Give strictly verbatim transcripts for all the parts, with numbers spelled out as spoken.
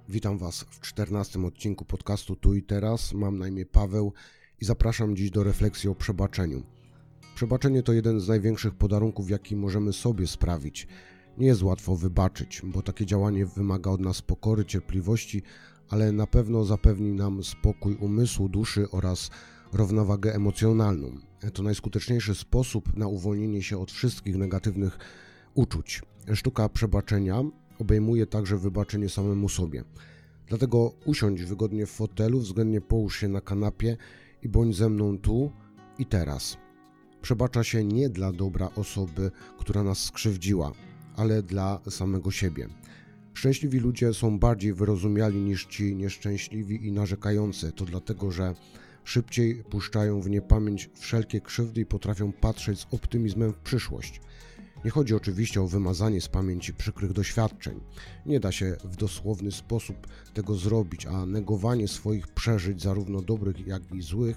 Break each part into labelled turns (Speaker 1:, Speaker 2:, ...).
Speaker 1: Witam Was w czternastym odcinku podcastu Tu i Teraz. Mam na imię Paweł i zapraszam dziś do refleksji o przebaczeniu. Przebaczenie to jeden z największych podarunków, jaki możemy sobie sprawić. Nie jest łatwo wybaczyć, bo takie działanie wymaga od nas pokory, cierpliwości, ale na pewno zapewni nam spokój umysłu, duszy oraz równowagę emocjonalną. To najskuteczniejszy sposób na uwolnienie się od wszystkich negatywnych uczuć. Sztuka przebaczenia obejmuje także wybaczenie samemu sobie. Dlatego usiądź wygodnie w fotelu, względnie połóż się na kanapie i bądź ze mną tu i teraz. Przebacza się nie dla dobra osoby, która nas skrzywdziła, ale dla samego siebie. Szczęśliwi ludzie są bardziej wyrozumiali niż ci nieszczęśliwi i narzekający. To dlatego, że szybciej puszczają w niepamięć wszelkie krzywdy i potrafią patrzeć z optymizmem w przyszłość. Nie chodzi oczywiście o wymazanie z pamięci przykrych doświadczeń. Nie da się w dosłowny sposób tego zrobić, a negowanie swoich przeżyć, zarówno dobrych, jak i złych,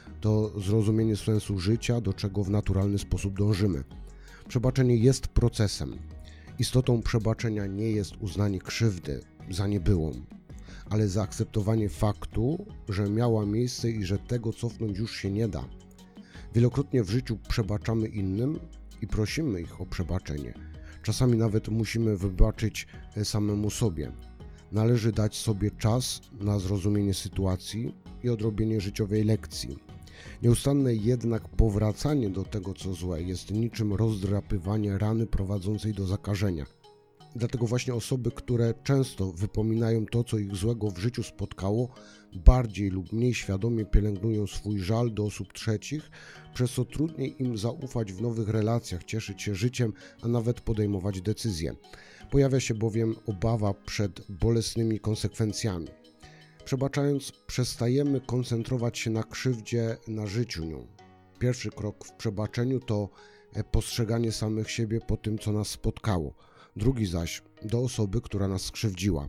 Speaker 1: to zrozumienie sensu życia, do czego w naturalny sposób dążymy. Przebaczenie jest procesem. Istotą przebaczenia nie jest uznanie krzywdy za niebyłą, ale zaakceptowanie faktu, że miała miejsce i że tego cofnąć już się nie da. Wielokrotnie w życiu przebaczamy innym i prosimy ich o przebaczenie. Czasami nawet musimy wybaczyć samemu sobie. Należy dać sobie czas na zrozumienie sytuacji i odrobienie życiowej lekcji. Nieustanne jednak powracanie do tego, co złe, jest niczym rozdrapywanie rany prowadzącej do zakażenia. Dlatego właśnie osoby, które często wypominają to, co ich złego w życiu spotkało, bardziej lub mniej świadomie pielęgnują swój żal do osób trzecich, przez co trudniej im zaufać w nowych relacjach, cieszyć się życiem, a nawet podejmować decyzje. Pojawia się bowiem obawa przed bolesnymi konsekwencjami. Przebaczając, przestajemy koncentrować się na krzywdzie, na życiu nią. Pierwszy krok w przebaczeniu to postrzeganie samych siebie po tym, co nas spotkało. Drugi zaś do osoby, która nas skrzywdziła.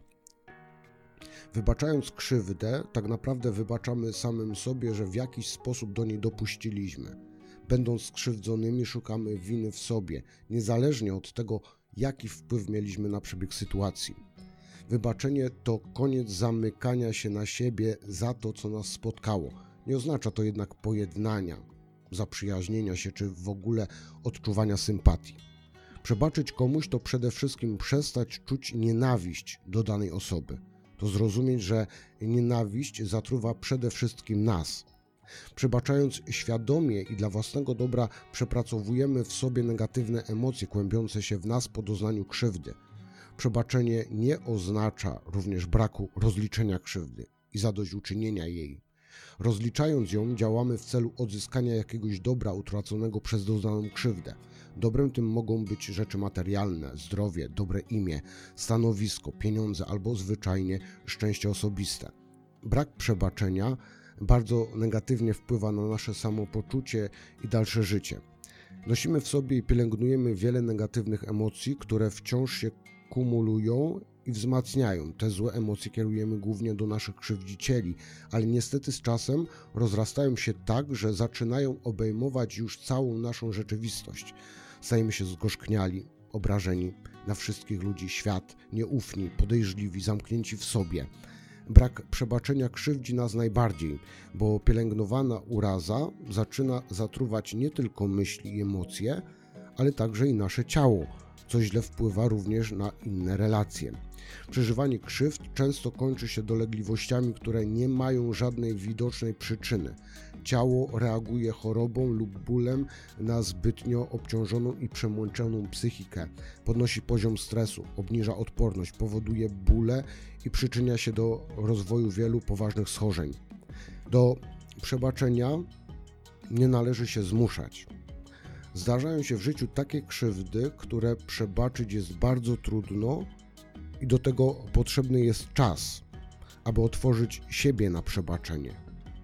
Speaker 1: Wybaczając krzywdę, tak naprawdę wybaczamy samym sobie, że w jakiś sposób do niej dopuściliśmy. Będąc skrzywdzonymi, szukamy winy w sobie, niezależnie od tego, jaki wpływ mieliśmy na przebieg sytuacji. Wybaczenie to koniec zamykania się na siebie za to, co nas spotkało. Nie oznacza to jednak pojednania, zaprzyjaźnienia się czy w ogóle odczuwania sympatii. Przebaczyć komuś to przede wszystkim przestać czuć nienawiść do danej osoby. To zrozumieć, że nienawiść zatruwa przede wszystkim nas. Przebaczając świadomie i dla własnego dobra przepracowujemy w sobie negatywne emocje kłębiące się w nas po doznaniu krzywdy. Przebaczenie nie oznacza również braku rozliczenia krzywdy i zadośćuczynienia jej. Rozliczając ją, działamy w celu odzyskania jakiegoś dobra utraconego przez doznaną krzywdę. Dobrem tym mogą być rzeczy materialne, zdrowie, dobre imię, stanowisko, pieniądze albo zwyczajnie szczęście osobiste. Brak przebaczenia bardzo negatywnie wpływa na nasze samopoczucie i dalsze życie. Nosimy w sobie i pielęgnujemy wiele negatywnych emocji, które wciąż się kumulują i wzmacniają. Te złe emocje kierujemy głównie do naszych krzywdzicieli, ale niestety z czasem rozrastają się tak, że zaczynają obejmować już całą naszą rzeczywistość. Stajemy się zgorzkniali, obrażeni na wszystkich ludzi, świat, nieufni, podejrzliwi, zamknięci w sobie. Brak przebaczenia krzywdzi nas najbardziej, bo pielęgnowana uraza zaczyna zatruwać nie tylko myśli i emocje, ale także i nasze ciało, co źle wpływa również na inne relacje. Przeżywanie krzywd często kończy się dolegliwościami, które nie mają żadnej widocznej przyczyny. Ciało reaguje chorobą lub bólem na zbytnio obciążoną i przemęczoną psychikę. Podnosi poziom stresu, obniża odporność, powoduje bóle i przyczynia się do rozwoju wielu poważnych schorzeń. Do przebaczenia nie należy się zmuszać. Zdarzają się w życiu takie krzywdy, które przebaczyć jest bardzo trudno i do tego potrzebny jest czas, aby otworzyć siebie na przebaczenie.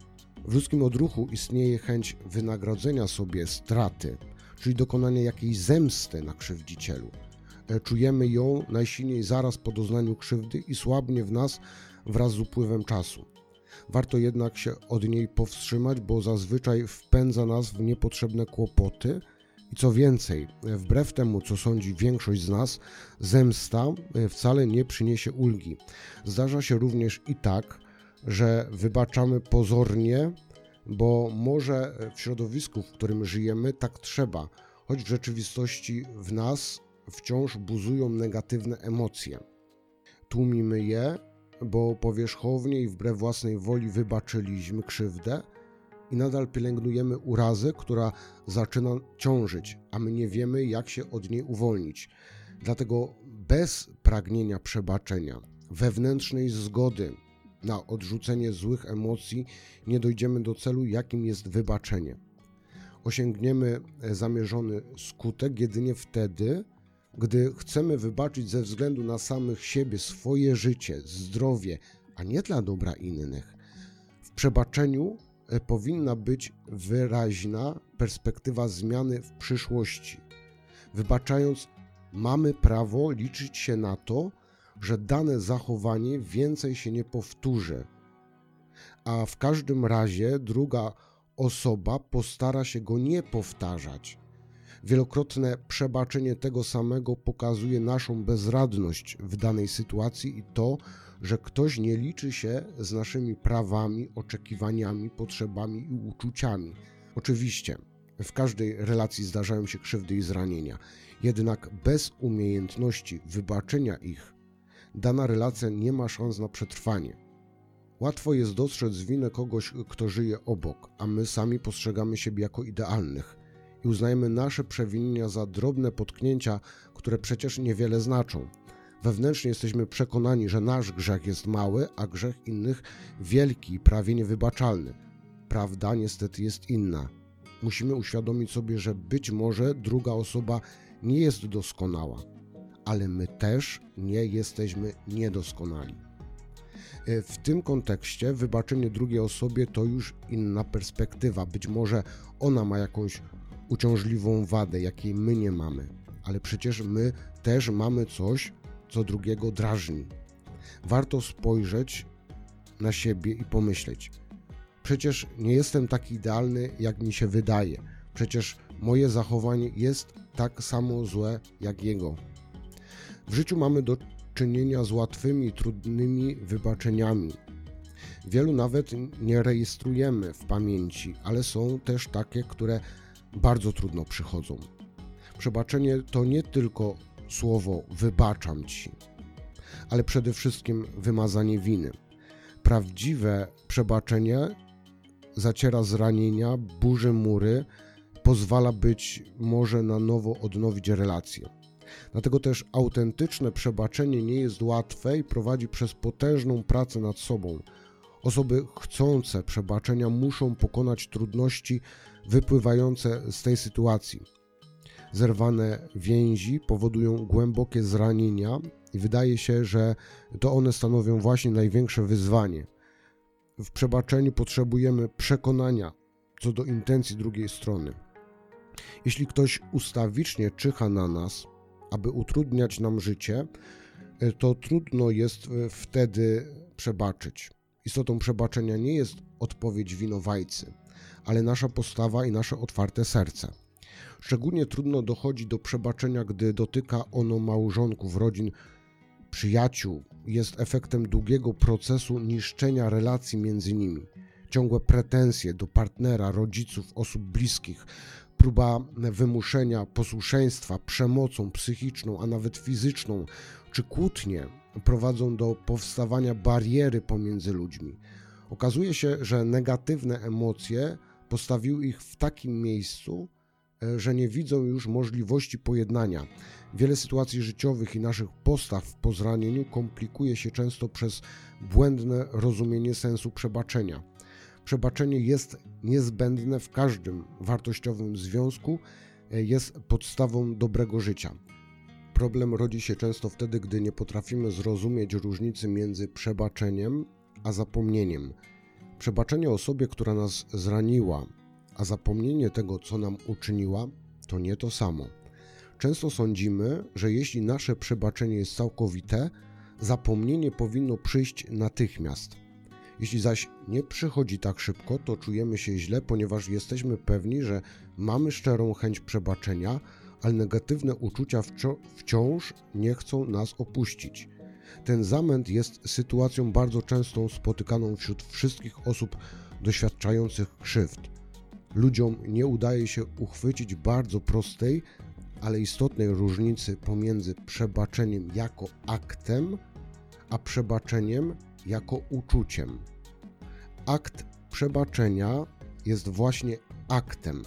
Speaker 1: W ludzkim odruchu istnieje chęć wynagrodzenia sobie straty, czyli dokonania jakiejś zemsty na krzywdzicielu. Czujemy ją najsilniej zaraz po doznaniu krzywdy i słabnie w nas wraz z upływem czasu. Warto jednak się od niej powstrzymać, bo zazwyczaj wpędza nas w niepotrzebne kłopoty I co więcej, wbrew temu, co sądzi większość z nas, zemsta wcale nie przyniesie ulgi. Zdarza się również i tak, że wybaczamy pozornie, bo może w środowisku, w którym żyjemy, tak trzeba, choć w rzeczywistości w nas wciąż buzują negatywne emocje. Tłumimy je, bo powierzchownie i wbrew własnej woli wybaczyliśmy krzywdę i nadal pielęgnujemy urazę, która zaczyna ciążyć, a my nie wiemy, jak się od niej uwolnić. Dlatego bez pragnienia przebaczenia, wewnętrznej zgody na odrzucenie złych emocji nie dojdziemy do celu, jakim jest wybaczenie. Osiągniemy zamierzony skutek jedynie wtedy, gdy chcemy wybaczyć ze względu na samych siebie, swoje życie, zdrowie, a nie dla dobra innych. W przebaczeniu powinna być wyraźna perspektywa zmiany w przyszłości. Wybaczając, mamy prawo liczyć się na to, że dane zachowanie więcej się nie powtórzy, a w każdym razie druga osoba postara się go nie powtarzać. Wielokrotne przebaczenie tego samego pokazuje naszą bezradność w danej sytuacji i to, że ktoś nie liczy się z naszymi prawami, oczekiwaniami, potrzebami i uczuciami. Oczywiście, w każdej relacji zdarzają się krzywdy i zranienia, jednak bez umiejętności wybaczenia ich dana relacja nie ma szans na przetrwanie. Łatwo jest dostrzec winę kogoś, kto żyje obok, a my sami postrzegamy siebie jako idealnych i uznajemy nasze przewinienia za drobne potknięcia, które przecież niewiele znaczą. Wewnętrznie jesteśmy przekonani, że nasz grzech jest mały, a grzech innych wielki i prawie niewybaczalny. Prawda niestety jest inna. Musimy uświadomić sobie, że być może druga osoba nie jest doskonała, ale my też nie jesteśmy niedoskonali. W tym kontekście wybaczenie drugiej osobie to już inna perspektywa. Być może ona ma jakąś uciążliwą wadę, jakiej my nie mamy, ale przecież my też mamy coś, co drugiego drażni. Warto spojrzeć na siebie i pomyśleć: przecież nie jestem tak idealny, jak mi się wydaje. Przecież moje zachowanie jest tak samo złe jak jego. W życiu mamy do czynienia z łatwymi i trudnymi wybaczeniami. Wielu nawet nie rejestrujemy w pamięci, ale są też takie, które bardzo trudno przychodzą. Przebaczenie to nie tylko słowo wybaczam ci, ale przede wszystkim wymazanie winy. Prawdziwe przebaczenie zaciera zranienia, burzy mury, pozwala być może na nowo odnowić relacje. Dlatego też autentyczne przebaczenie nie jest łatwe i prowadzi przez potężną pracę nad sobą. Osoby chcące przebaczenia muszą pokonać trudności wypływające z tej sytuacji. Zerwane więzi powodują głębokie zranienia i wydaje się, że to one stanowią właśnie największe wyzwanie. W przebaczeniu potrzebujemy przekonania co do intencji drugiej strony. Jeśli ktoś ustawicznie czyha na nas, aby utrudniać nam życie, to trudno jest wtedy przebaczyć. Istotą przebaczenia nie jest odpowiedź winowajcy, ale nasza postawa i nasze otwarte serce. Szczególnie trudno dochodzi do przebaczenia, gdy dotyka ono małżonków, rodzin, przyjaciół. Jest efektem długiego procesu niszczenia relacji między nimi. Ciągłe pretensje do partnera, rodziców, osób bliskich, próba wymuszenia posłuszeństwa przemocą psychiczną, a nawet fizyczną, czy kłótnie prowadzą do powstawania bariery pomiędzy ludźmi. Okazuje się, że negatywne emocje postawiły ich w takim miejscu, że nie widzą już możliwości pojednania. Wiele sytuacji życiowych i naszych postaw po zranieniu komplikuje się często przez błędne rozumienie sensu przebaczenia. Przebaczenie jest niezbędne w każdym wartościowym związku, jest podstawą dobrego życia. Problem rodzi się często wtedy, gdy nie potrafimy zrozumieć różnicy między przebaczeniem a zapomnieniem. Przebaczenie osobie, która nas zraniła, a zapomnienie tego, co nam uczyniła, to nie to samo. Często sądzimy, że jeśli nasze przebaczenie jest całkowite, zapomnienie powinno przyjść natychmiast. Jeśli zaś nie przychodzi tak szybko, to czujemy się źle, ponieważ jesteśmy pewni, że mamy szczerą chęć przebaczenia, ale negatywne uczucia wciąż nie chcą nas opuścić. Ten zamęt jest sytuacją bardzo częstą spotykaną wśród wszystkich osób doświadczających krzywd. Ludziom nie udaje się uchwycić bardzo prostej, ale istotnej różnicy pomiędzy przebaczeniem jako aktem, a przebaczeniem jako uczuciem. Akt przebaczenia jest właśnie aktem,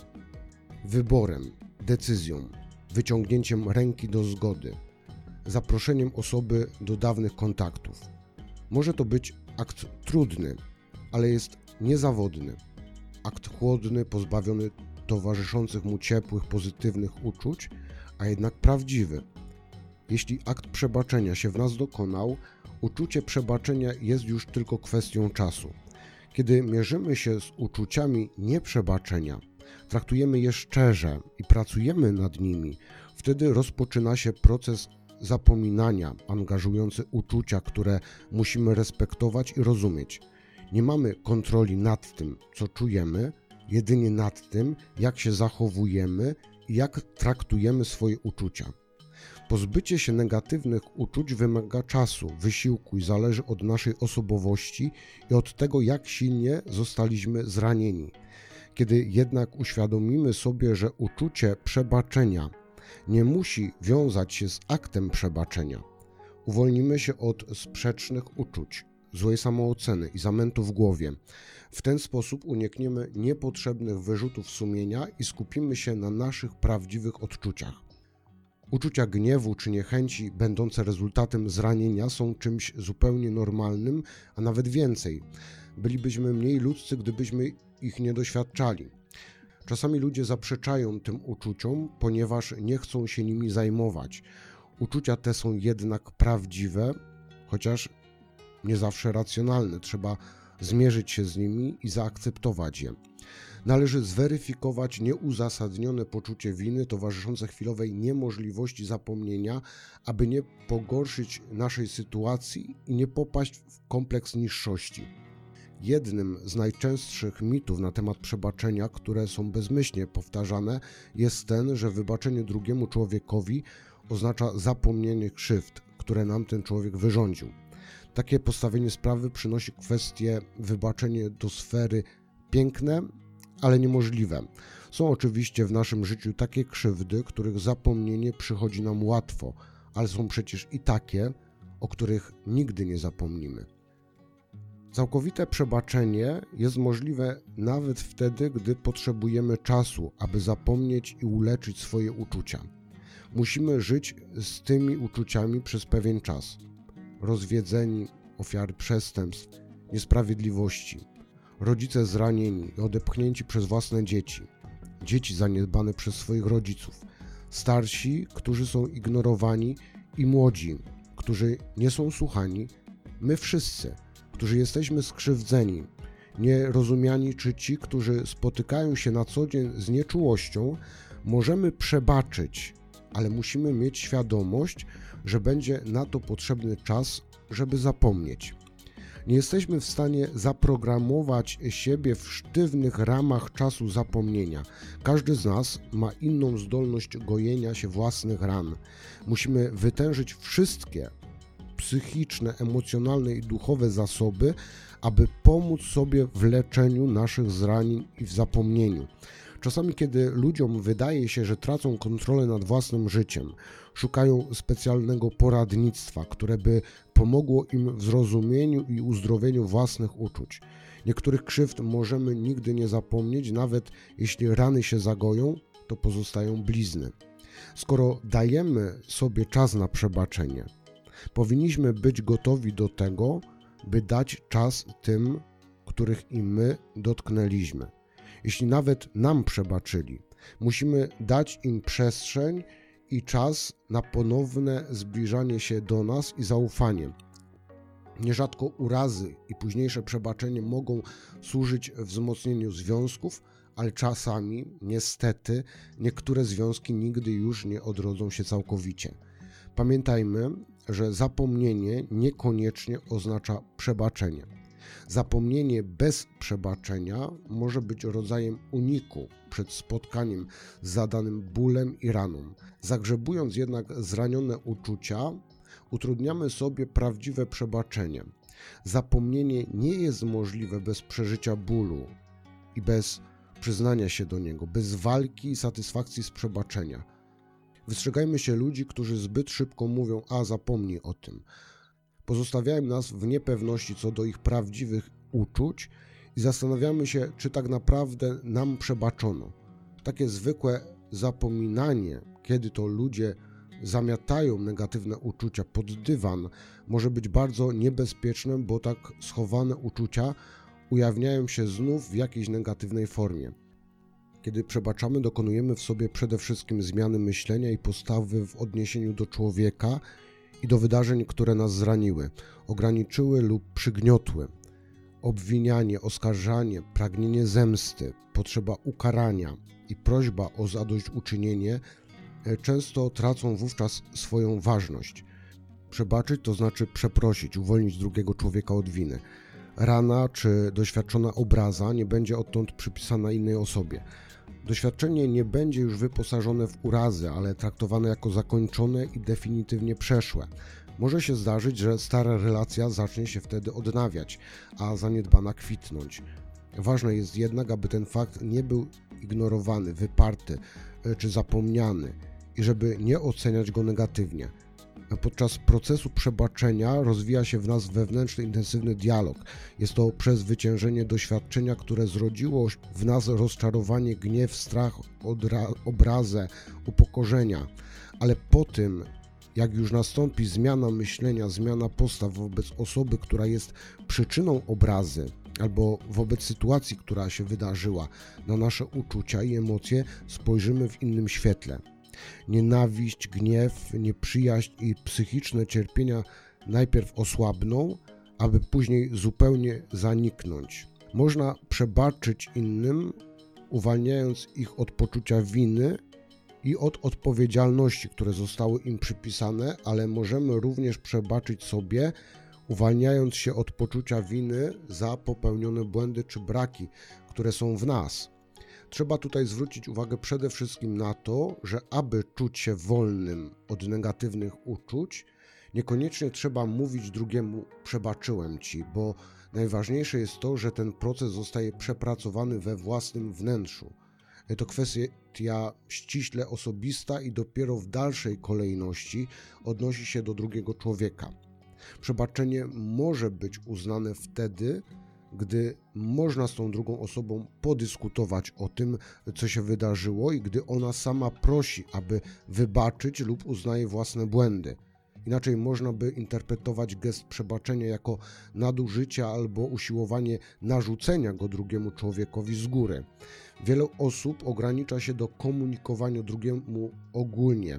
Speaker 1: wyborem, decyzją, wyciągnięciem ręki do zgody, zaproszeniem osoby do dawnych kontaktów. Może to być akt trudny, ale jest niezawodny. Akt chłodny, pozbawiony towarzyszących mu ciepłych, pozytywnych uczuć, a jednak prawdziwy. Jeśli akt przebaczenia się w nas dokonał, uczucie przebaczenia jest już tylko kwestią czasu. Kiedy mierzymy się z uczuciami nieprzebaczenia, traktujemy je szczerze i pracujemy nad nimi, wtedy rozpoczyna się proces zapominania, angażujący uczucia, które musimy respektować i rozumieć. Nie mamy kontroli nad tym, co czujemy, jedynie nad tym, jak się zachowujemy i jak traktujemy swoje uczucia. Pozbycie się negatywnych uczuć wymaga czasu, wysiłku i zależy od naszej osobowości i od tego, jak silnie zostaliśmy zranieni. Kiedy jednak uświadomimy sobie, że uczucie przebaczenia nie musi wiązać się z aktem przebaczenia, uwolnimy się od sprzecznych uczuć, złej samooceny i zamętu w głowie. W ten sposób unikniemy niepotrzebnych wyrzutów sumienia i skupimy się na naszych prawdziwych odczuciach. Uczucia gniewu czy niechęci będące rezultatem zranienia są czymś zupełnie normalnym, a nawet więcej. Bylibyśmy mniej ludzcy, gdybyśmy ich nie doświadczali. Czasami ludzie zaprzeczają tym uczuciom, ponieważ nie chcą się nimi zajmować. Uczucia te są jednak prawdziwe, chociaż nie zawsze racjonalne. Trzeba zmierzyć się z nimi i zaakceptować je. Należy zweryfikować nieuzasadnione poczucie winy towarzyszące chwilowej niemożliwości zapomnienia, aby nie pogorszyć naszej sytuacji i nie popaść w kompleks niższości. Jednym z najczęstszych mitów na temat przebaczenia, które są bezmyślnie powtarzane, jest ten, że wybaczenie drugiemu człowiekowi oznacza zapomnienie krzywd, które nam ten człowiek wyrządził. Takie postawienie sprawy przynosi kwestię wybaczenia do sfery piękne, ale niemożliwe. Są oczywiście w naszym życiu takie krzywdy, których zapomnienie przychodzi nam łatwo, ale są przecież i takie, o których nigdy nie zapomnimy. Całkowite przebaczenie jest możliwe nawet wtedy, gdy potrzebujemy czasu, aby zapomnieć i uleczyć swoje uczucia. Musimy żyć z tymi uczuciami przez pewien czas. Rozwiedzeni, ofiary przestępstw, niesprawiedliwości, rodzice zranieni i odepchnięci przez własne dzieci, dzieci zaniedbane przez swoich rodziców, starsi, którzy są ignorowani i młodzi, którzy nie są słuchani, my wszyscy, którzy jesteśmy skrzywdzeni, nierozumiani, czy ci, którzy spotykają się na co dzień z nieczułością, możemy przebaczyć, ale musimy mieć świadomość, że będzie na to potrzebny czas, żeby zapomnieć. Nie jesteśmy w stanie zaprogramować siebie w sztywnych ramach czasu zapomnienia. Każdy z nas ma inną zdolność gojenia się własnych ran. Musimy wytężyć wszystkie psychiczne, emocjonalne i duchowe zasoby, aby pomóc sobie w leczeniu naszych zranień i w zapomnieniu. Czasami, kiedy ludziom wydaje się, że tracą kontrolę nad własnym życiem, szukają specjalnego poradnictwa, które by pomogło im w zrozumieniu i uzdrowieniu własnych uczuć. Niektórych krzywd możemy nigdy nie zapomnieć, nawet jeśli rany się zagoją, to pozostają blizny. Skoro dajemy sobie czas na przebaczenie, powinniśmy być gotowi do tego, by dać czas tym, których i my dotknęliśmy. Jeśli nawet nam przebaczyli, musimy dać im przestrzeń i czas na ponowne zbliżanie się do nas i zaufanie. Nierzadko urazy i późniejsze przebaczenie mogą służyć wzmocnieniu związków, ale czasami, niestety, niektóre związki nigdy już nie odrodzą się całkowicie. Pamiętajmy, że zapomnienie niekoniecznie oznacza przebaczenie. Zapomnienie bez przebaczenia może być rodzajem uniku przed spotkaniem z zadanym bólem i raną. Zagrzebując jednak zranione uczucia, utrudniamy sobie prawdziwe przebaczenie. Zapomnienie nie jest możliwe bez przeżycia bólu i bez przyznania się do niego, bez walki i satysfakcji z przebaczenia. Wystrzegajmy się ludzi, którzy zbyt szybko mówią: a zapomnij o tym. Pozostawiają nas w niepewności co do ich prawdziwych uczuć i zastanawiamy się, czy tak naprawdę nam przebaczono. Takie zwykłe zapominanie, kiedy to ludzie zamiatają negatywne uczucia pod dywan, może być bardzo niebezpieczne, bo tak schowane uczucia ujawniają się znów w jakiejś negatywnej formie. Kiedy przebaczamy, dokonujemy w sobie przede wszystkim zmiany myślenia i postawy w odniesieniu do człowieka i do wydarzeń, które nas zraniły, ograniczyły lub przygniotły. Obwinianie, oskarżanie, pragnienie zemsty, potrzeba ukarania i prośba o zadośćuczynienie często tracą wówczas swoją ważność. Przebaczyć to znaczy przeprosić, uwolnić drugiego człowieka od winy. Rana czy doświadczona obraza nie będzie odtąd przypisana innej osobie. Doświadczenie nie będzie już wyposażone w urazy, ale traktowane jako zakończone i definitywnie przeszłe. Może się zdarzyć, że stara relacja zacznie się wtedy odnawiać, a zaniedbana kwitnąć. Ważne jest jednak, aby ten fakt nie był ignorowany, wyparty czy zapomniany i żeby nie oceniać go negatywnie. Podczas procesu przebaczenia rozwija się w nas wewnętrzny, intensywny dialog. Jest to przezwyciężenie doświadczenia, które zrodziło w nas rozczarowanie, gniew, strach, odra- obrazę, upokorzenia. Ale po tym, jak już nastąpi zmiana myślenia, zmiana postaw wobec osoby, która jest przyczyną obrazy, albo wobec sytuacji, która się wydarzyła, na nasze uczucia i emocje spojrzymy w innym świetle. Nienawiść, gniew, nieprzyjaźń i psychiczne cierpienia najpierw osłabną, aby później zupełnie zaniknąć. Można przebaczyć innym, uwalniając ich od poczucia winy i od odpowiedzialności, które zostały im przypisane, ale możemy również przebaczyć sobie, uwalniając się od poczucia winy za popełnione błędy czy braki, które są w nas. Trzeba tutaj zwrócić uwagę przede wszystkim na to, że aby czuć się wolnym od negatywnych uczuć, niekoniecznie trzeba mówić drugiemu: przebaczyłem ci, bo najważniejsze jest to, że ten proces zostaje przepracowany we własnym wnętrzu. To kwestia ściśle osobista i dopiero w dalszej kolejności odnosi się do drugiego człowieka. Przebaczenie może być uznane wtedy, gdy można z tą drugą osobą podyskutować o tym, co się wydarzyło i gdy ona sama prosi, aby wybaczyć lub uznaje własne błędy. Inaczej można by interpretować gest przebaczenia jako nadużycie albo usiłowanie narzucenia go drugiemu człowiekowi z góry. Wiele osób ogranicza się do komunikowania drugiemu ogólnie,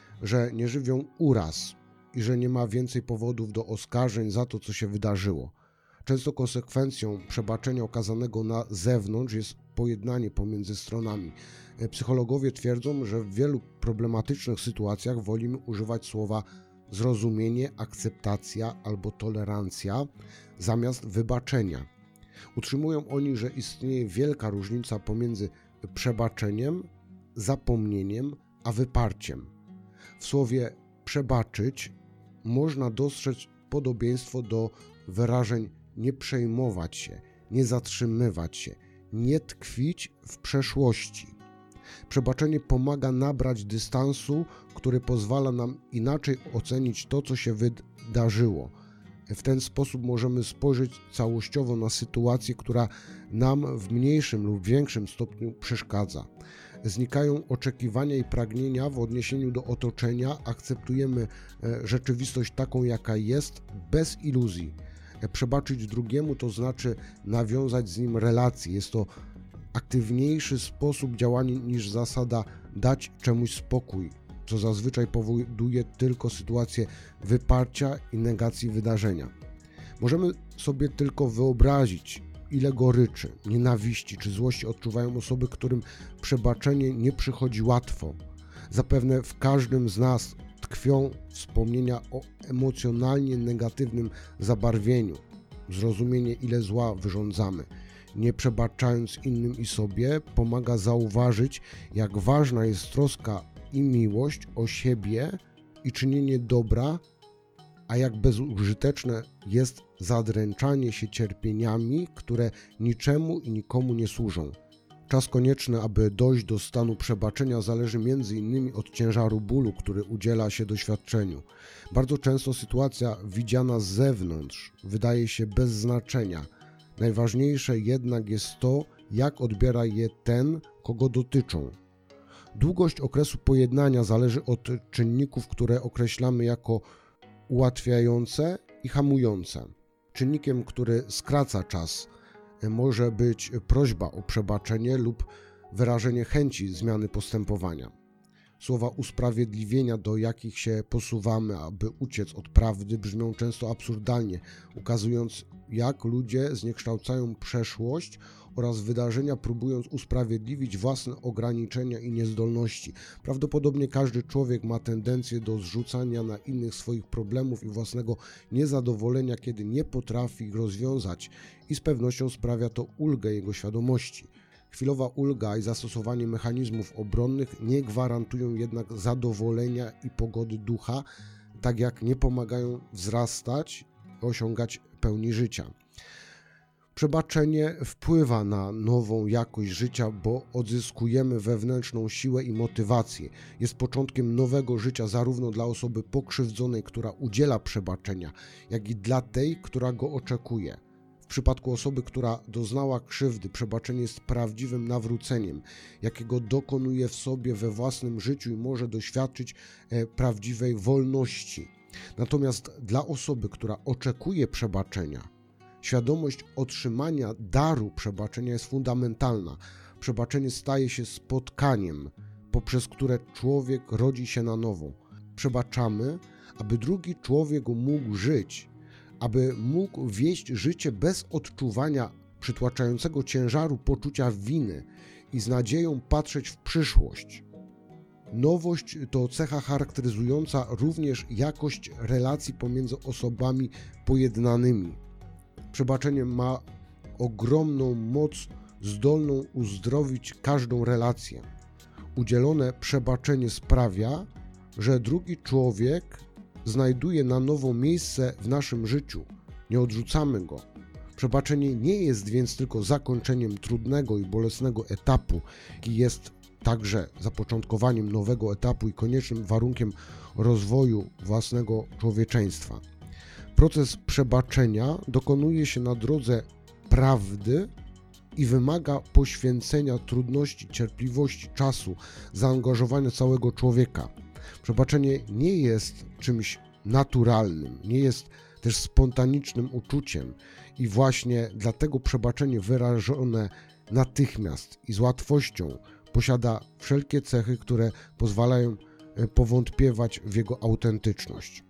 Speaker 1: że nie żywią uraz i że nie ma więcej powodów do oskarżeń za to, co się wydarzyło. Często konsekwencją przebaczenia okazanego na zewnątrz jest pojednanie pomiędzy stronami. Psychologowie twierdzą, że w wielu problematycznych sytuacjach wolimy używać słowa zrozumienie, akceptacja albo tolerancja zamiast wybaczenia. Utrzymują oni, że istnieje wielka różnica pomiędzy przebaczeniem, zapomnieniem a wyparciem. W słowie przebaczyć można dostrzec podobieństwo do wyrażeń nie przejmować się, nie zatrzymywać się, nie tkwić w przeszłości. Przebaczenie pomaga nabrać dystansu, który pozwala nam inaczej ocenić to, co się wydarzyło. W ten sposób możemy spojrzeć całościowo na sytuację, która nam w mniejszym lub większym stopniu przeszkadza. Znikają oczekiwania i pragnienia w odniesieniu do otoczenia, akceptujemy rzeczywistość taką, jaka jest, bez iluzji. Przebaczyć drugiemu to znaczy nawiązać z nim relację. Jest to aktywniejszy sposób działania niż zasada dać czemuś spokój, co zazwyczaj powoduje tylko sytuację wyparcia i negacji wydarzenia. Możemy sobie tylko wyobrazić, ile goryczy, nienawiści czy złości odczuwają osoby, którym przebaczenie nie przychodzi łatwo. Zapewne w każdym z nas tkwią wspomnienia o emocjonalnie negatywnym zabarwieniu. Zrozumienie, ile zła wyrządzamy, nie przebaczając innym i sobie, pomaga zauważyć, jak ważna jest troska i miłość o siebie i czynienie dobra, a jak bezużyteczne jest zadręczanie się cierpieniami, które niczemu i nikomu nie służą. Czas konieczny, aby dojść do stanu przebaczenia, zależy między innymi od ciężaru bólu, który udziela się doświadczeniu. Bardzo często sytuacja widziana z zewnątrz wydaje się bez znaczenia. Najważniejsze jednak jest to, jak odbiera je ten, kogo dotyczą. Długość okresu pojednania zależy od czynników, które określamy jako ułatwiające i hamujące. Czynnikiem, który skraca czas, może być prośba o przebaczenie lub wyrażenie chęci zmiany postępowania. Słowa usprawiedliwienia, do jakich się posuwamy, aby uciec od prawdy, brzmią często absurdalnie, ukazując, jak ludzie zniekształcają przeszłość oraz wydarzenia, próbując usprawiedliwić własne ograniczenia i niezdolności. Prawdopodobnie każdy człowiek ma tendencję do zrzucania na innych swoich problemów i własnego niezadowolenia, kiedy nie potrafi ich rozwiązać, i z pewnością sprawia to ulgę jego świadomości. Chwilowa ulga i zastosowanie mechanizmów obronnych nie gwarantują jednak zadowolenia i pogody ducha, tak jak nie pomagają wzrastać i osiągać pełni życia. Przebaczenie wpływa na nową jakość życia, bo odzyskujemy wewnętrzną siłę i motywację. Jest początkiem nowego życia zarówno dla osoby pokrzywdzonej, która udziela przebaczenia, jak i dla tej, która go oczekuje. W przypadku osoby, która doznała krzywdy, przebaczenie jest prawdziwym nawróceniem, jakiego dokonuje w sobie we własnym życiu i może doświadczyć e, prawdziwej wolności. Natomiast dla osoby, która oczekuje przebaczenia, świadomość otrzymania daru przebaczenia jest fundamentalna. Przebaczenie staje się spotkaniem, poprzez które człowiek rodzi się na nowo. Przebaczamy, aby drugi człowiek mógł żyć, aby mógł wieść życie bez odczuwania przytłaczającego ciężaru poczucia winy i z nadzieją patrzeć w przyszłość. Nowość to cecha charakteryzująca również jakość relacji pomiędzy osobami pojednanymi. Przebaczenie ma ogromną moc, zdolną uzdrowić każdą relację. Udzielone przebaczenie sprawia, że drugi człowiek znajduje na nowo miejsce w naszym życiu. Nie odrzucamy go. Przebaczenie nie jest więc tylko zakończeniem trudnego i bolesnego etapu, jaki jest także zapoczątkowaniem nowego etapu i koniecznym warunkiem rozwoju własnego człowieczeństwa. Proces przebaczenia dokonuje się na drodze prawdy i wymaga poświęcenia trudności, cierpliwości, czasu, zaangażowania całego człowieka. Przebaczenie nie jest czymś naturalnym, nie jest też spontanicznym uczuciem i właśnie dlatego przebaczenie wyrażone natychmiast i z łatwością posiada wszelkie cechy, które pozwalają powątpiewać w jego autentyczność.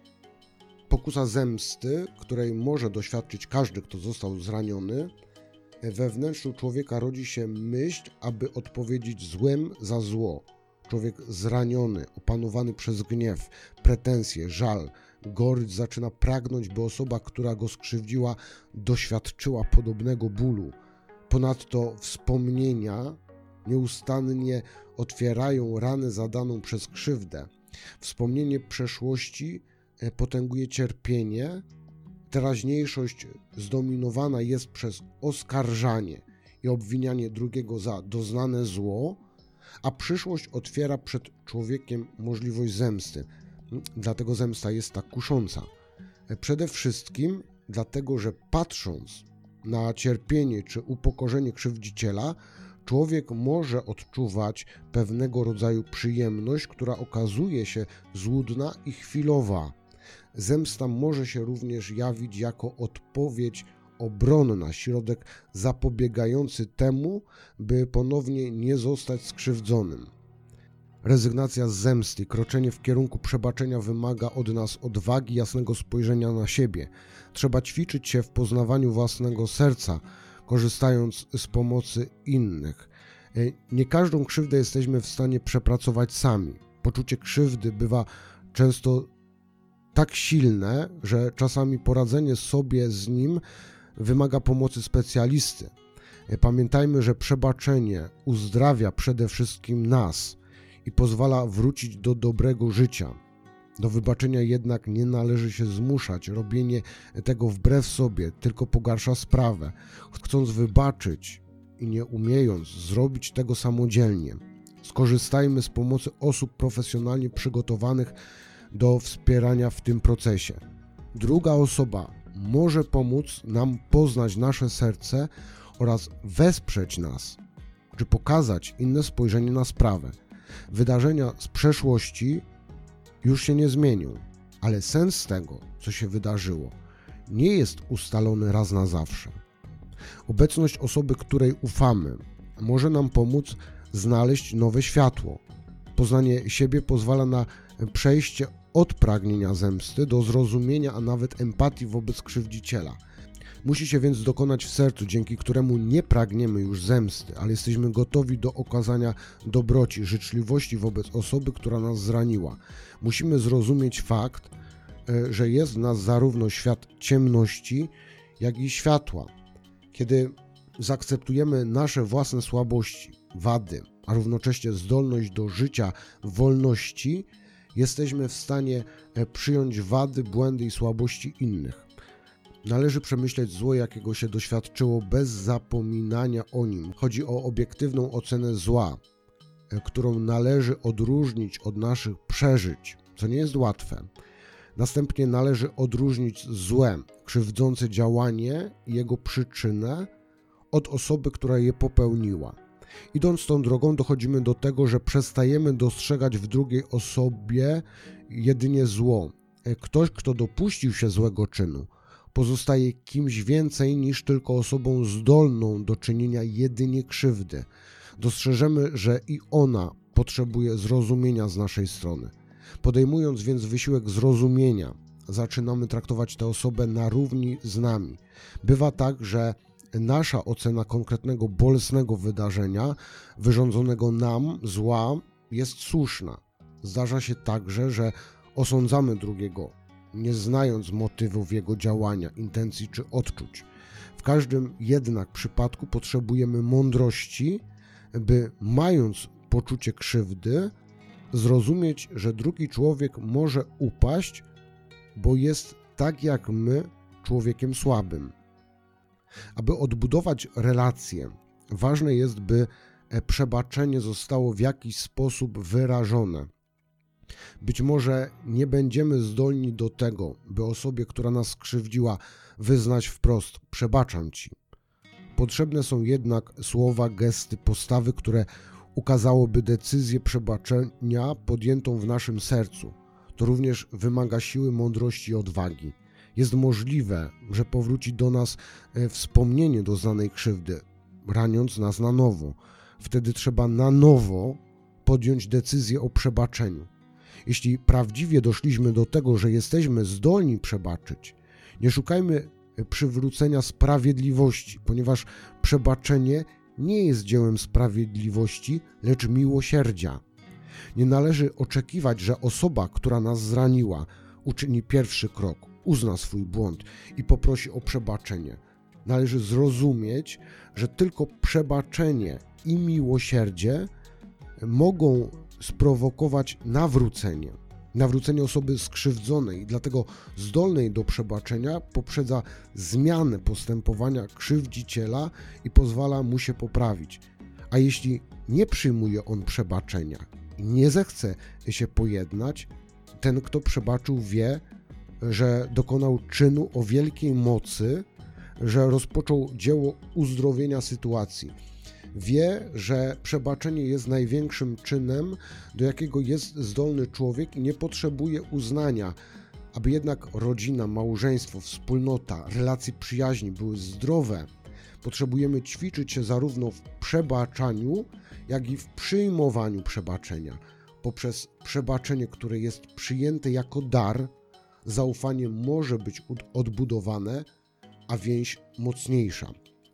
Speaker 1: Pokusa zemsty, której może doświadczyć każdy, kto został zraniony, we wnętrzu człowieka rodzi się myśl, aby odpowiedzieć złem za zło. Człowiek zraniony, opanowany przez gniew, pretensje, żal, gorycz zaczyna pragnąć, by osoba, która go skrzywdziła, doświadczyła podobnego bólu. Ponadto wspomnienia nieustannie otwierają ranę zadaną przez krzywdę. Wspomnienie przeszłości potęguje cierpienie, teraźniejszość zdominowana jest przez oskarżanie i obwinianie drugiego za doznane zło, a przyszłość otwiera przed człowiekiem możliwość zemsty. Dlatego zemsta jest tak kusząca. Przede wszystkim dlatego, że patrząc na cierpienie czy upokorzenie krzywdziciela, człowiek może odczuwać pewnego rodzaju przyjemność, która okazuje się złudna i chwilowa. Zemsta może się również jawić jako odpowiedź obronna, środek zapobiegający temu, by ponownie nie zostać skrzywdzonym. Rezygnacja z zemsty, kroczenie w kierunku przebaczenia wymaga od nas odwagi, jasnego spojrzenia na siebie. Trzeba ćwiczyć się w poznawaniu własnego serca, korzystając z pomocy innych. Nie każdą krzywdę jesteśmy w stanie przepracować sami. Poczucie krzywdy bywa często tak silne, że czasami poradzenie sobie z nim wymaga pomocy specjalisty. Pamiętajmy, że przebaczenie uzdrawia przede wszystkim nas i pozwala wrócić do dobrego życia. Do wybaczenia jednak nie należy się zmuszać. Robienie tego wbrew sobie tylko pogarsza sprawę. Chcąc wybaczyć i nie umiejąc zrobić tego samodzielnie, skorzystajmy z pomocy osób profesjonalnie przygotowanych do wspierania w tym procesie. Druga osoba może pomóc nam poznać nasze serce oraz wesprzeć nas, czy pokazać inne spojrzenie na sprawę. Wydarzenia z przeszłości już się nie zmienią, ale sens tego, co się wydarzyło, nie jest ustalony raz na zawsze. Obecność osoby, której ufamy, może nam pomóc znaleźć nowe światło. Poznanie siebie pozwala na przejście od pragnienia zemsty do zrozumienia, a nawet empatii wobec krzywdziciela. Musi się więc dokonać w sercu, dzięki któremu nie pragniemy już zemsty, ale jesteśmy gotowi do okazania dobroci, życzliwości wobec osoby, która nas zraniła. Musimy zrozumieć fakt, że jest w nas zarówno świat ciemności, jak i światła. Kiedy zaakceptujemy nasze własne słabości, wady, a równocześnie zdolność do życia w wolności, jesteśmy w stanie przyjąć wady, błędy i słabości innych. Należy przemyśleć zło, jakiego się doświadczyło, bez zapominania o nim. Chodzi o obiektywną ocenę zła, którą należy odróżnić od naszych przeżyć, co nie jest łatwe. Następnie należy odróżnić złe, krzywdzące działanie i jego przyczynę od osoby, która je popełniła. Idąc tą drogą, dochodzimy do tego, że przestajemy dostrzegać w drugiej osobie jedynie zło. Ktoś, kto dopuścił się złego czynu, pozostaje kimś więcej niż tylko osobą zdolną do czynienia jedynie krzywdy. Dostrzeżemy, że i ona potrzebuje zrozumienia z naszej strony. Podejmując więc wysiłek zrozumienia, zaczynamy traktować tę osobę na równi z nami. Bywa tak, że nasza ocena konkretnego bolesnego wydarzenia wyrządzonego nam zła jest słuszna. Zdarza się także, że osądzamy drugiego, nie znając motywów jego działania, intencji czy odczuć. W każdym jednak przypadku potrzebujemy mądrości, by mając poczucie krzywdy, zrozumieć, że drugi człowiek może upaść, bo jest tak jak my człowiekiem słabym. Aby odbudować relacje, ważne jest, by przebaczenie zostało w jakiś sposób wyrażone. Być może nie będziemy zdolni do tego, by osobie, która nas skrzywdziła, wyznać wprost: przebaczam ci. Potrzebne są jednak słowa, gesty, postawy, które ukazałoby decyzję przebaczenia podjętą w naszym sercu. To również wymaga siły, mądrości i odwagi. Jest możliwe, że powróci do nas wspomnienie doznanej krzywdy, raniąc nas na nowo. Wtedy trzeba na nowo podjąć decyzję o przebaczeniu. Jeśli prawdziwie doszliśmy do tego, że jesteśmy zdolni przebaczyć, nie szukajmy przywrócenia sprawiedliwości, ponieważ przebaczenie nie jest dziełem sprawiedliwości, lecz miłosierdzia. Nie należy oczekiwać, że osoba, która nas zraniła, uczyni pierwszy krok, uzna swój błąd i poprosi o przebaczenie. Należy zrozumieć, że tylko przebaczenie i miłosierdzie mogą sprowokować nawrócenie. Nawrócenie osoby skrzywdzonej i dlatego zdolnej do przebaczenia poprzedza zmianę postępowania krzywdziciela i pozwala mu się poprawić. A jeśli nie przyjmuje on przebaczenia i nie zechce się pojednać, ten, kto przebaczył, wie, że dokonał czynu o wielkiej mocy, że rozpoczął dzieło uzdrowienia sytuacji. Wie, że przebaczenie jest największym czynem, do jakiego jest zdolny człowiek i nie potrzebuje uznania. Aby jednak rodzina, małżeństwo, wspólnota, relacje przyjaźni były zdrowe, potrzebujemy ćwiczyć się zarówno w przebaczaniu, jak i w przyjmowaniu przebaczenia. Poprzez przebaczenie, które jest przyjęte jako dar, zaufanie może być odbudowane, a więź mocniejsza.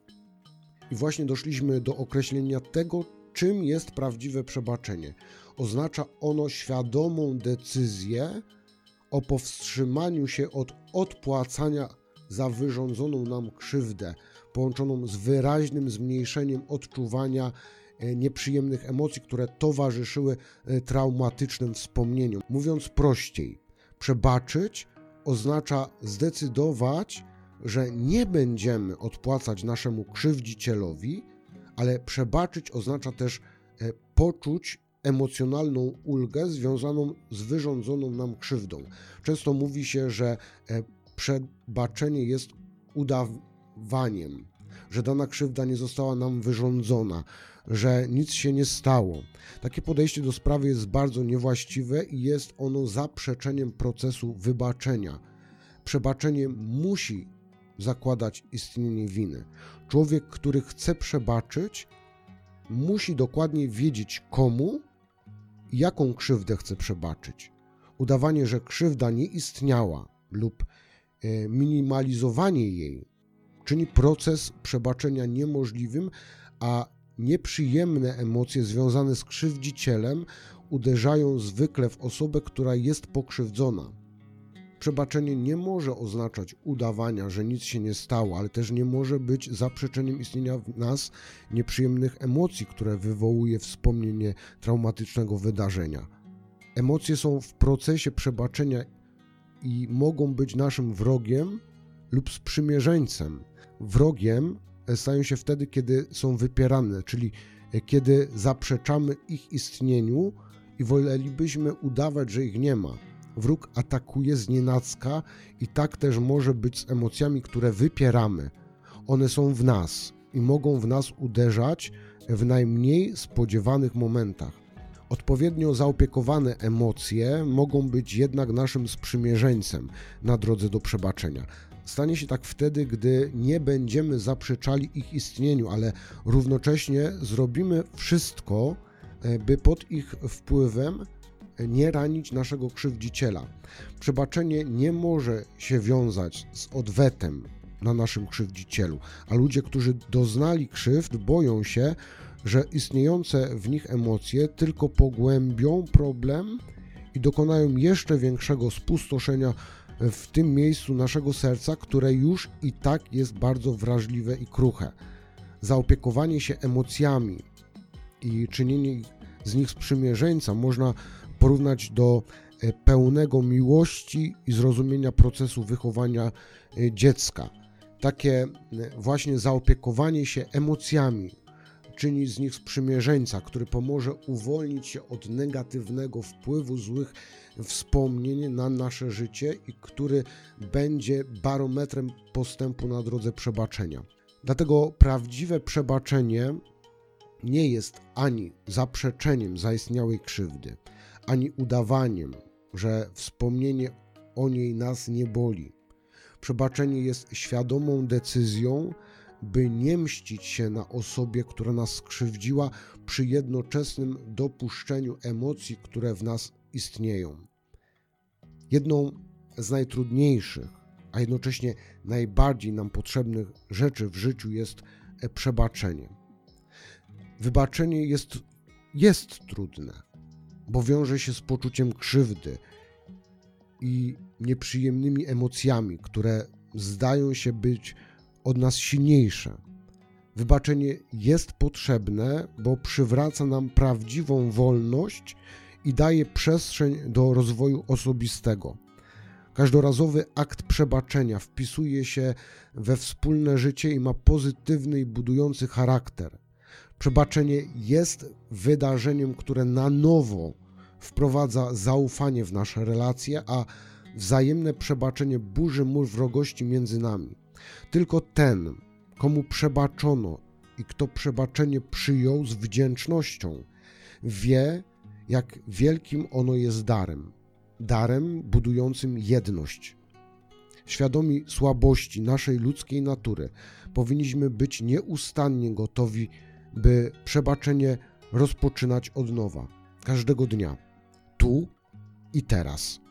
Speaker 1: I właśnie doszliśmy do określenia tego, czym jest prawdziwe przebaczenie. Oznacza ono świadomą decyzję o powstrzymaniu się od odpłacania za wyrządzoną nam krzywdę, połączoną z wyraźnym zmniejszeniem odczuwania nieprzyjemnych emocji, które towarzyszyły traumatycznym wspomnieniom. Mówiąc prościej, przebaczyć oznacza zdecydować, że nie będziemy odpłacać naszemu krzywdzicielowi, ale przebaczyć oznacza też poczuć emocjonalną ulgę związaną z wyrządzoną nam krzywdą. Często mówi się, że przebaczenie jest udawaniem, że dana krzywda nie została nam wyrządzona, że nic się nie stało. Takie podejście do sprawy jest bardzo niewłaściwe i jest ono zaprzeczeniem procesu wybaczenia. Przebaczenie musi zakładać istnienie winy. Człowiek, który chce przebaczyć, musi dokładnie wiedzieć, komu i jaką krzywdę chce przebaczyć. Udawanie, że krzywda nie istniała lub minimalizowanie jej czyni proces przebaczenia niemożliwym, a nieprzyjemne emocje związane z krzywdzicielem uderzają zwykle w osobę, która jest pokrzywdzona. Przebaczenie nie może oznaczać udawania, że nic się nie stało, ale też nie może być zaprzeczeniem istnienia w nas nieprzyjemnych emocji, które wywołuje wspomnienie traumatycznego wydarzenia. Emocje są w procesie przebaczenia i mogą być naszym wrogiem lub sprzymierzeńcem. Wrogiem stają się wtedy, kiedy są wypierane, czyli kiedy zaprzeczamy ich istnieniu i wolelibyśmy udawać, że ich nie ma. Wróg atakuje znienacka i tak też może być z emocjami, które wypieramy. One są w nas i mogą w nas uderzać w najmniej spodziewanych momentach. Odpowiednio zaopiekowane emocje mogą być jednak naszym sprzymierzeńcem na drodze do przebaczenia. Stanie się tak wtedy, gdy nie będziemy zaprzeczali ich istnieniu, ale równocześnie zrobimy wszystko, by pod ich wpływem nie ranić naszego krzywdziciela. Przebaczenie nie może się wiązać z odwetem na naszym krzywdzicielu, a ludzie, którzy doznali krzywd, boją się, że istniejące w nich emocje tylko pogłębią problem i dokonają jeszcze większego spustoszenia w tym miejscu naszego serca, które już i tak jest bardzo wrażliwe i kruche. Zaopiekowanie się emocjami i czynienie z nich sprzymierzeńca można porównać do pełnego miłości i zrozumienia procesu wychowania dziecka. Takie właśnie zaopiekowanie się emocjami czyni z nich sprzymierzeńca, który pomoże uwolnić się od negatywnego wpływu złych wspomnień na nasze życie i który będzie barometrem postępu na drodze przebaczenia. Dlatego prawdziwe przebaczenie nie jest ani zaprzeczeniem zaistniałej krzywdy, ani udawaniem, że wspomnienie o niej nas nie boli. Przebaczenie jest świadomą decyzją, by nie mścić się na osobie, która nas skrzywdziła, przy jednoczesnym dopuszczeniu emocji, które w nas istnieją. Jedną z najtrudniejszych, a jednocześnie najbardziej nam potrzebnych rzeczy w życiu jest przebaczenie. Wybaczenie jest, jest trudne, bo wiąże się z poczuciem krzywdy i nieprzyjemnymi emocjami, które zdają się być od nas silniejsze. Wybaczenie jest potrzebne, bo przywraca nam prawdziwą wolność i daje przestrzeń do rozwoju osobistego. Każdorazowy akt przebaczenia wpisuje się we wspólne życie i ma pozytywny i budujący charakter. Przebaczenie jest wydarzeniem, które na nowo wprowadza zaufanie w nasze relacje, a wzajemne przebaczenie burzy mur wrogości między nami. Tylko ten, komu przebaczono i kto przebaczenie przyjął z wdzięcznością, wie, jak wielkim ono jest darem. Darem budującym jedność. Świadomi słabości naszej ludzkiej natury, powinniśmy być nieustannie gotowi, by przebaczenie rozpoczynać od nowa, każdego dnia, tu i teraz.